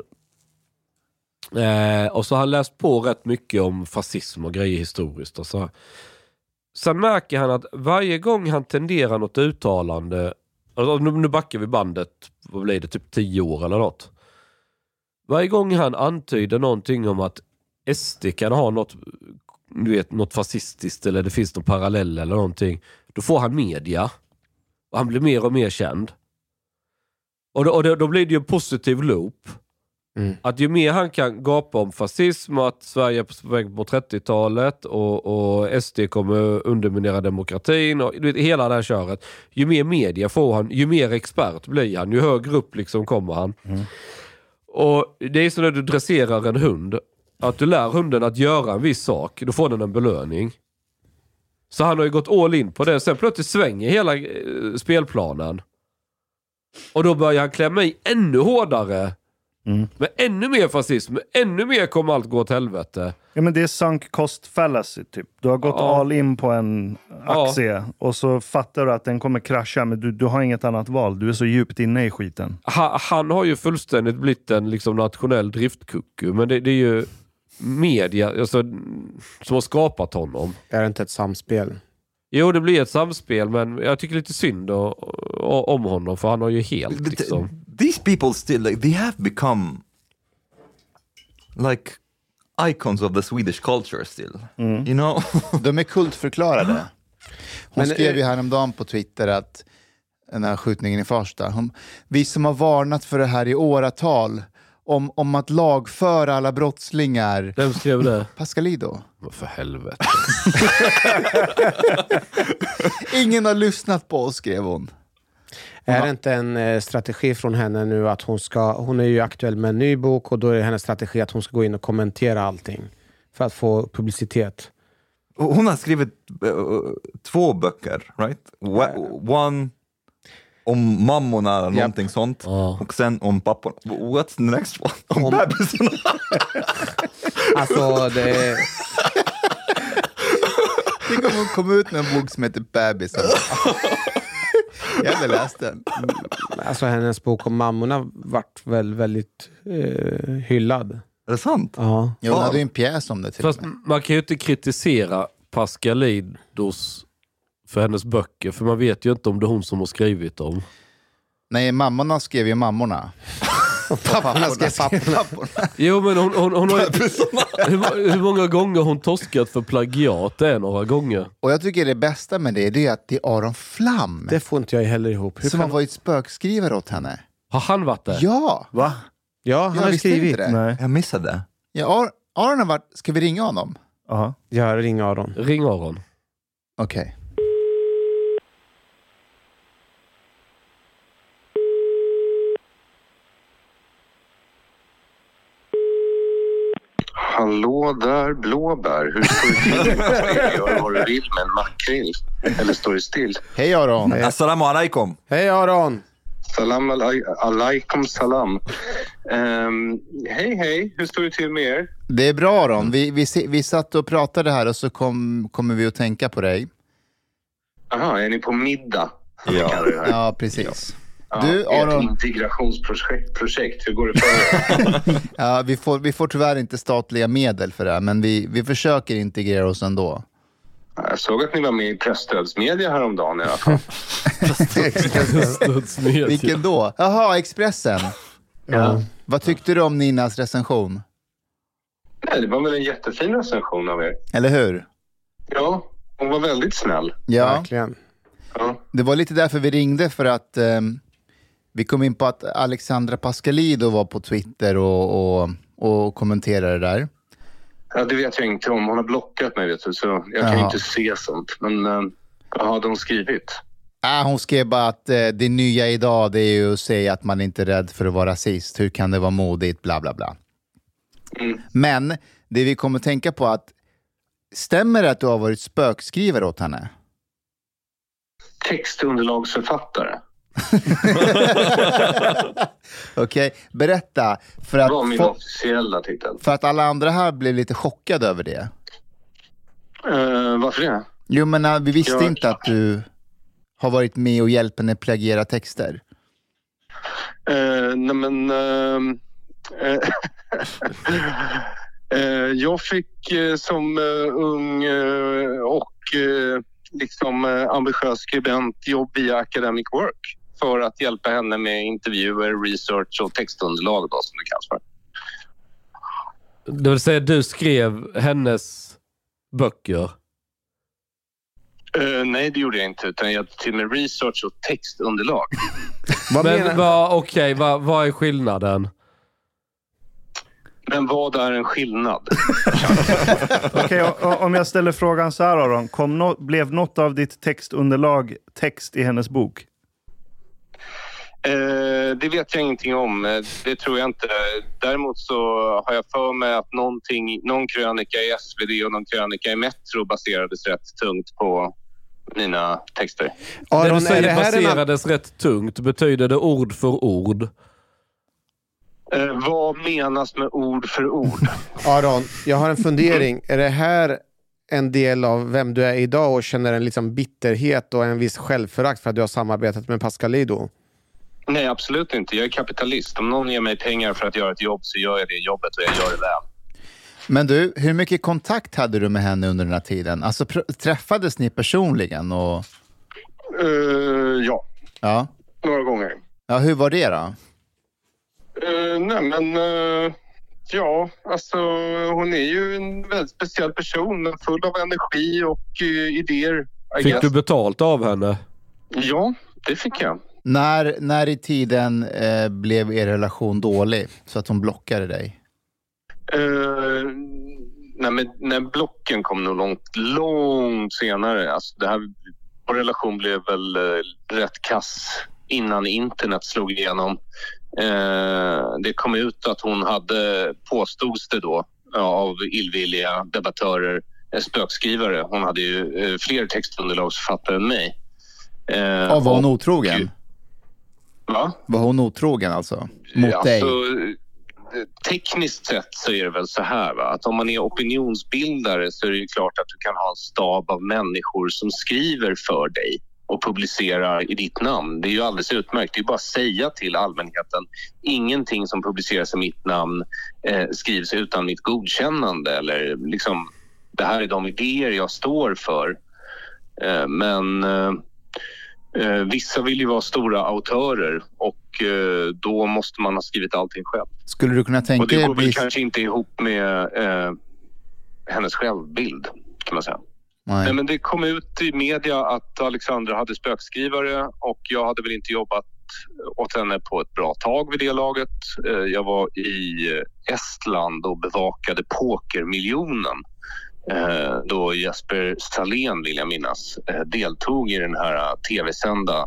Och så har han läst på rätt mycket om fascism och grejer historiskt. Och så. Sen märker han att varje gång han tenderar något uttalande, alltså nu backar vi bandet, vad blir det, typ 10 år eller något. Varje gång han antyder någonting om att SD kan ha något, du vet, något fascistiskt eller det finns någon parallell eller någonting, då får han media. Och han blir mer och mer känd. Och då blir det ju en positiv loop. Att ju mer han kan gapa om fascism och att Sverige är på väg på 30-talet och SD kommer underminera demokratin och du vet, hela det här köret. Ju mer media får han, ju mer expert blir han, ju högre upp liksom kommer han. Och det är så när du dresserar en hund, att du lär hunden att göra en viss sak, då får den en belöning. Så han har ju gått all in på det. Sen plötsligt svänger hela spelplanen. Och då börjar han klämma i ännu hårdare. Med ännu mer fascism, ännu mer kommer allt gå åt helvete. Ja, men det är sunk cost fallacy typ. Du har gått all in på en aktie och så fattar du att den kommer krascha, men du har inget annat val. Du är så djupt inne i skiten. Han har ju fullständigt blivit en liksom nationell driftkucku, men det är ju media alltså, som har skapat honom. Är det inte ett samspel? Jo, det blir ett samspel, men jag tycker lite synd om honom, för han har ju helt liksom... These people still, like, they have become like icons of the Swedish culture still, you know? De är kultförklarade. Hon skrev ju häromdagen på Twitter att den här skjutningen i Farsta, vi som har varnat för det här i åratal, om att lagföra alla brottslingar. Vem skrev det? Pascalido. För helvete. Ingen har lyssnat på oss, skrev hon. Är det inte en strategi från henne nu att hon är ju aktuell med en ny bok och då är det hennes strategi att hon ska gå in och kommentera allting för att få publicitet? Hon har skrivit 2 böcker, right? One om mammorna eller någonting sånt. Och sen om papporna. What's the next one? Om bebisarna. Alltså det... Tänk om hon kom ut med en bok som heter Bebisarna. Jag hade läst den. Alltså hennes bok om mammorna vart väl väldigt hyllad. Är det sant? Ja. Jag hade ju en pjäs om det till. Fast man kan ju inte kritisera Pascalidos för hennes böcker, för man vet ju inte om det är hon som har skrivit dem. Nej, mammorna skrev ju mammorna. Papporna skrev papporna. Jo, men hon har hur många gånger hon torskat för plagiat? Det är några gånger. Och jag tycker det bästa med det är att det är Aron Flam. Det får inte jag heller ihop. Som har varit spökskrivare åt henne. Har han varit där? Ja. Va? Ja, han har skrivit. Nej. Jag missade. Ja, Aron har varit... Ska vi ringa honom? Ja, ring Aron. Ring Aron. Okej. Hallå där, blåbär. Hur står det till? Gör vad du vill med en makrill. Eller står det still? Hej Aron. Assalamu alaikum. Hej Aron. Salam alaikum salam. Hej. Hur står det till med er? Det är bra Aron. Vi satt och pratade här och så kommer vi att tänka på dig. Aha, är ni på middag? Ja, precis. Du, Aron... Ett integrationsprojekt, hur går det för er? Ja, vi får tyvärr inte statliga medel för det här, men vi försöker integrera oss ändå. Jag såg att ni var med i presstödsmedia häromdagen i alla fall. Presstödsmedia. Vilken då? Jaha, Expressen. Ja. Vad tyckte du om Ninas recension? Nej, det var väl en jättefin recension av er. Eller hur? Ja, hon var väldigt snäll. Ja, verkligen. Ja. Det var lite därför vi ringde, för att vi kom in på att Alexandra Pascalido var på Twitter och kommenterade det där. Ja, det vet jag inte om. Hon har blockat mig, vet du, så jag kan inte se sånt. Men vad hade hon skrivit? Hon skrev bara att det nya idag, det är ju att säga att man inte är rädd för att vara rasist. Hur kan det vara modigt, bla bla bla. Men det vi kommer tänka på att, stämmer det att du har varit spökskrivare åt henne? Textunderlagsförfattare. Okej, berätta. För att det var min officiella titel. För att alla andra här blev lite chockade över det. Varför det? Jo, men vi visste inte att du har varit med och hjälpt henne plagiera texter. Jag fick som ung och liksom ambitiös skribent jobb via Academic Work för att hjälpa henne med intervjuer, research och textunderlag då, som det kallas för. Det vill säga du skrev hennes böcker? Nej, det gjorde jag inte, utan jag till med research och textunderlag. Vad är skillnaden? Men vad är en skillnad? Okej, om jag ställer frågan så här då. Blev något av ditt textunderlag text i hennes bok? Det vet jag ingenting om. Det tror jag inte. Däremot så har jag för mig att någon krönika i SvD och någon krönika i Metro baserades rätt tungt på mina texter. När du säger baserades rätt tungt, betyder det ord för ord? Vad menas med ord för ord? Aron, jag har en fundering. Är det här en del av vem du är idag och känner en liksom bitterhet och en viss självförakt för att du har samarbetat med Pascalidou? Nej, absolut inte. Jag är kapitalist. Om någon ger mig pengar för att göra ett jobb så gör jag det jobbet och jag gör det väl. Men du, hur mycket kontakt hade du med henne under den här tiden? Alltså träffades ni personligen? Och... Ja. Några gånger. Ja, hur var det då? Alltså hon är ju en väldigt speciell person, full av energi och idéer. Fick du betalt av henne? Ja, det fick jag. När i tiden blev er relation dålig så att hon blockade dig? När blocken kom nog långt senare. Alltså vår relation blev väl rätt kass innan internet slog igenom. Det kom ut att hon hade, påstods det då av illvilliga debattörer, spökskrivare. Hon hade ju fler textunderlagsförfattare än mig. Var hon otrogen? Va? Var hon otrogen alltså? Mot dig? Tekniskt sett så är det väl så här, va? Att om man är opinionsbildare så är det ju klart att du kan ha en stab av människor som skriver för dig och publicerar i ditt namn. Det är ju alldeles utmärkt. Det är bara att säga till allmänheten, ingenting som publiceras i mitt namn skrivs utan mitt godkännande, eller liksom, det här är de idéer jag står för. Men vissa vill ju vara stora autörer och då måste man ha skrivit allting själv. Skulle du kunna tänka och det går väl kanske inte ihop med hennes självbild, kan man säga. Nej, men det kom ut i media att Alexandra hade spökskrivare och jag hade väl inte jobbat åt henne på ett bra tag vid det laget. Jag var i Estland och bevakade pokermiljonen. Då Jesper Salén, vill jag minnas, deltog i den här tv-sända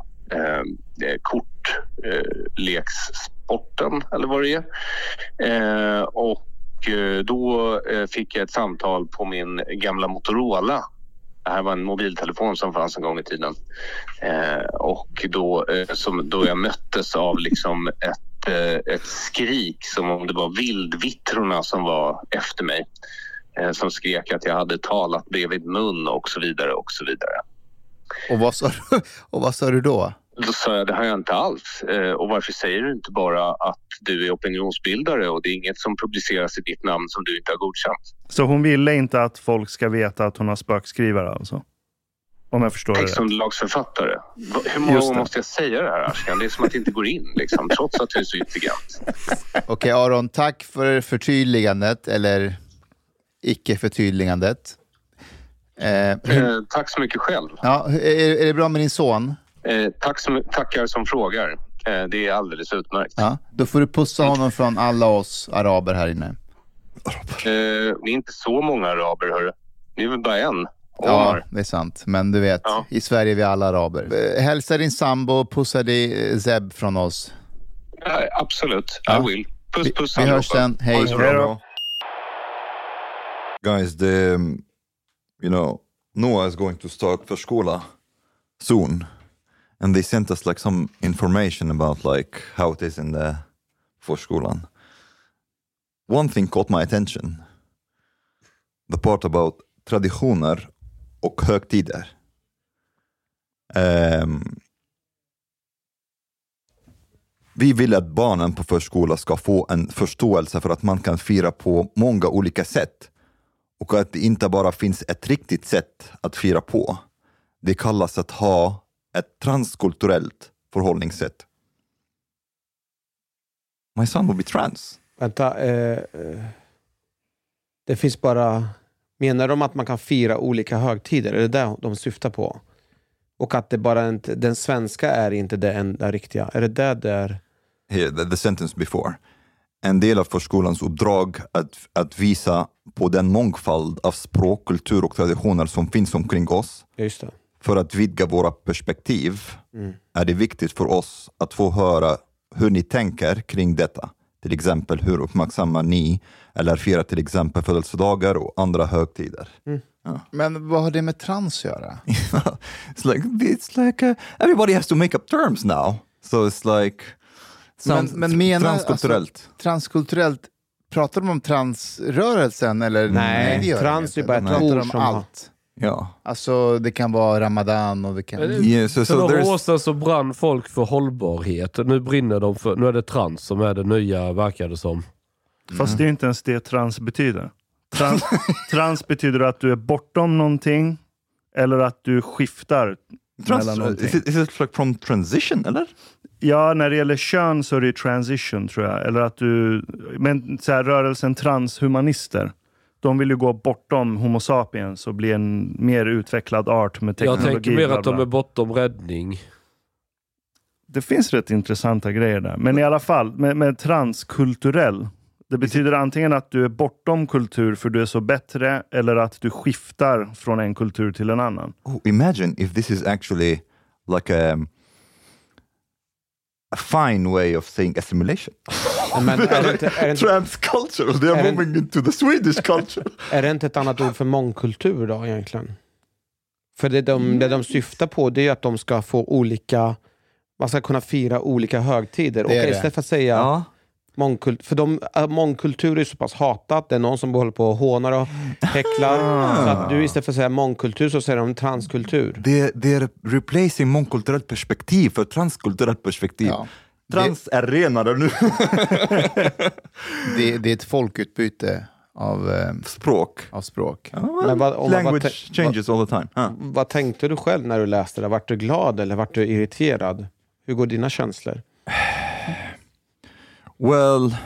kortlekssporten eller vad det är. Och då fick jag ett samtal på min gamla Motorola. Det här var en mobiltelefon som fanns en gång i tiden. Och då jag möttes av liksom ett skrik som om det var vildvittrorna som var efter mig. Som skrek att jag hade talat bredvid mun och så vidare och så vidare. Och vad sa du då? Då sa jag, det har jag inte alls. Och varför säger du inte bara att du är opinionsbildare och det är inget som publiceras i ditt namn som du inte har godkänt? Så hon ville inte att folk ska veta att hon har spökskrivare alltså? Om jag förstår det rätt. Textunderlagsförfattare. Hur många gånger måste jag säga det här, Ashkan? Det är som att det inte går in, liksom, trots att det är så intrigant. Okej, Aron, tack för förtydligandet, eller icke-förtydligandet. Tack så mycket själv. Ja, är det bra med din son? Tackar som frågar. Det är alldeles utmärkt. Ja, då får du pussa honom från alla oss araber här inne. Det är inte så många araber, hörru. Det är väl bara en. Ja, det är sant. Men du vet, i Sverige är vi alla araber. Hälsa din sambo och pussa dig Zeb från oss. Absolut, I will. Puss. Vi hörs sen. Hej. Guys, Noah is going to start förskola soon. And they sent us like some information about like how it is in the förskolan. One thing caught my attention. The part about traditioner och högtider. Vi vill att barnen på förskola ska få en förståelse för att man kan fira på många olika sätt. Och att det inte bara finns ett riktigt sätt att fira på. Det kallas att ha ett transkulturellt förhållningssätt. My son will be trans. Vänta, det finns bara... Menar de att man kan fira olika högtider? Är det det de syftar på? Och att det bara inte, den svenska är inte det enda riktiga. Är det där? Here, the sentence before. En del av förskolans uppdrag att visa på den mångfald av språk, kultur och traditioner som finns omkring oss. Just det. För att vidga våra perspektiv är det viktigt för oss att få höra hur ni tänker kring detta. Till exempel, hur uppmärksammar ni eller firar till exempel födelsedagar och andra högtider. Ja. Men vad har det med trans att göra? it's like everybody has to make up terms now. So it's like men menar, transkulturellt. Alltså, transkulturellt, pratar de om transrörelsen? Eller? Nej, trans är bara ett ord som allt. Ja. Alltså det kan vara Ramadan och det kan... För några år sedan så brann folk för hållbarhet. Nu brinner de för... Nu är det trans som är det nya, verkar det som. Fast det är inte ens det trans betyder. Trans betyder att du är bortom någonting eller att du skiftar mellan någonting. Is it like from transition, eller? Ja, när det gäller kön så är det transition, tror jag. Eller att du... Men så här, rörelsen transhumanister, de vill ju gå bortom homo sapiens och bli en mer utvecklad art med teknologi. Jag tänker mer att de är bortom räddning. Det finns rätt intressanta grejer där. Men i alla fall, med transkulturell. Det betyder antingen att du är bortom kultur för du är så bättre, eller att du skiftar från en kultur till en annan. Oh, imagine if this is actually like a fine way of saying assimilation. Men är det inte, transculture, they are moving into the Swedish culture. Är det inte ett annat ord för mångkultur då egentligen? För det de syftar på, det är att de ska få olika, man ska kunna fira olika högtider. Och istället för att säga för mångkultur är så pass hatat. Det är någon som håller på och hånar och häcklar. Så att du istället för att säga mångkultur så säger de transkultur. Det är replacing mångkulturellt perspektiv för transkulturellt perspektiv. Ja. Trans är renare nu. det är ett folkutbyte av språk. Men language changes all the time. Vad tänkte du själv när du läste det? Vart du glad eller vart du irriterad? Hur går dina känslor? Well,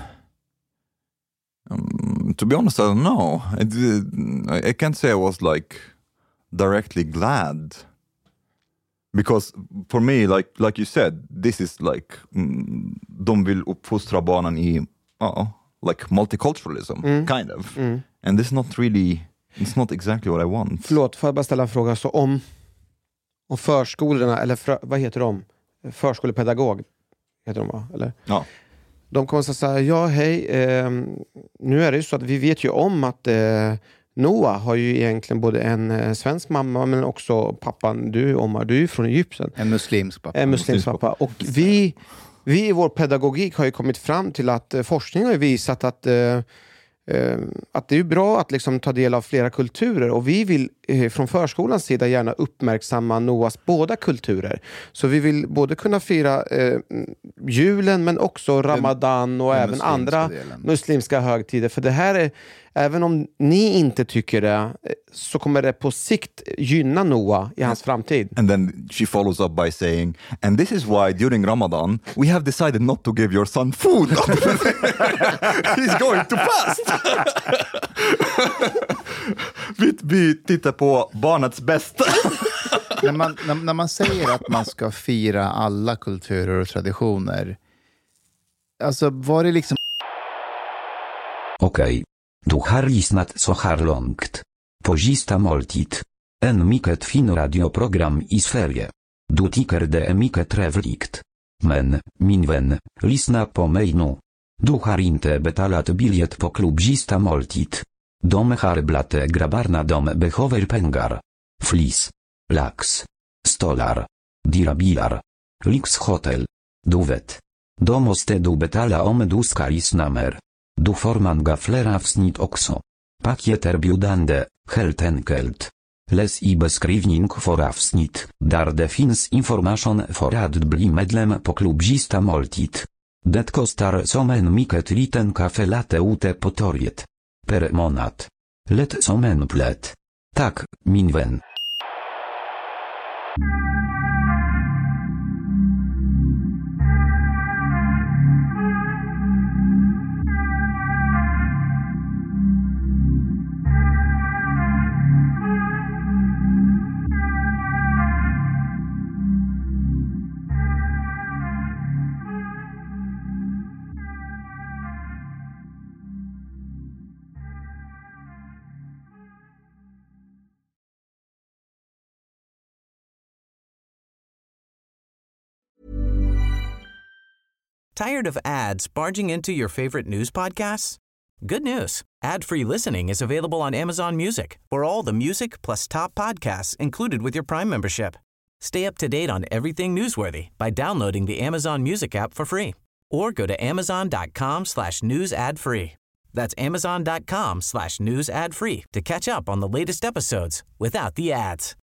to be honest, I don't know. I can't say I was like directly glad. Because for me, like you said, this is like de vill uppfostra barnen i like multiculturalism, kind of. And it's not exactly what I want. Förlåt, får jag bara ställa en fråga? Så om förskolorna, eller vad heter de? Förskolepedagog heter de, va? Eller? Ja. De kommer att säga, ja hej, nu är det ju så att vi vet ju om att Noah har ju egentligen både en svensk mamma men också pappan, Omar, du är ju från Egypten. En muslimsk pappa. Och vi i vår pedagogik har ju kommit fram till att forskning har ju visat att det är bra att liksom ta del av flera kulturer, och vi vill från förskolans sida gärna uppmärksamma Noahs båda kulturer. Så vi vill både kunna fira julen men också Ramadan och även andra muslimska högtider. För det här är, även om ni inte tycker det, så kommer det på sikt gynna Noah i hans framtid. And then she follows up by saying, and this is why during Ramadan we have decided not to give your son food. He's going to fast. Vi tittar på barnets bästa. när man säger att man ska fira alla kulturer och traditioner, alltså var det liksom... Okej. Du har lyssnat så här långt. På Sista måltid. En mycket fin radioprogram i Sverige. Du tycker det är mycket trevligt. Men, min vän, lyssna på mig nu. Du har inte betalat biljett på klubb Sista måltid. De har blate grabbarna, de behöver pengar. Flis. Lax. Stolar. Dirabilar. Lyxhotel. Du vet. Då måste du betala om du ska lyssna mer. Du får många fler avsnitt också. Paket erbjudande, helt enkelt. Läs i beskrivning för avsnitt, där det finns information för att bli medlem på klubb Sista måltid. Det kostar som en mycket liten kaffe latte ute på torget. Per månad. Lätt som en plätt. Tack, min vän. Tired of ads barging into your favorite news podcasts? Good news. Ad-free listening is available on Amazon Music for all the music plus top podcasts included with your Prime membership. Stay up to date on everything newsworthy by downloading the Amazon Music app for free or go to amazon.com/news ad free. That's amazon.com/news ad free to catch up on the latest episodes without the ads.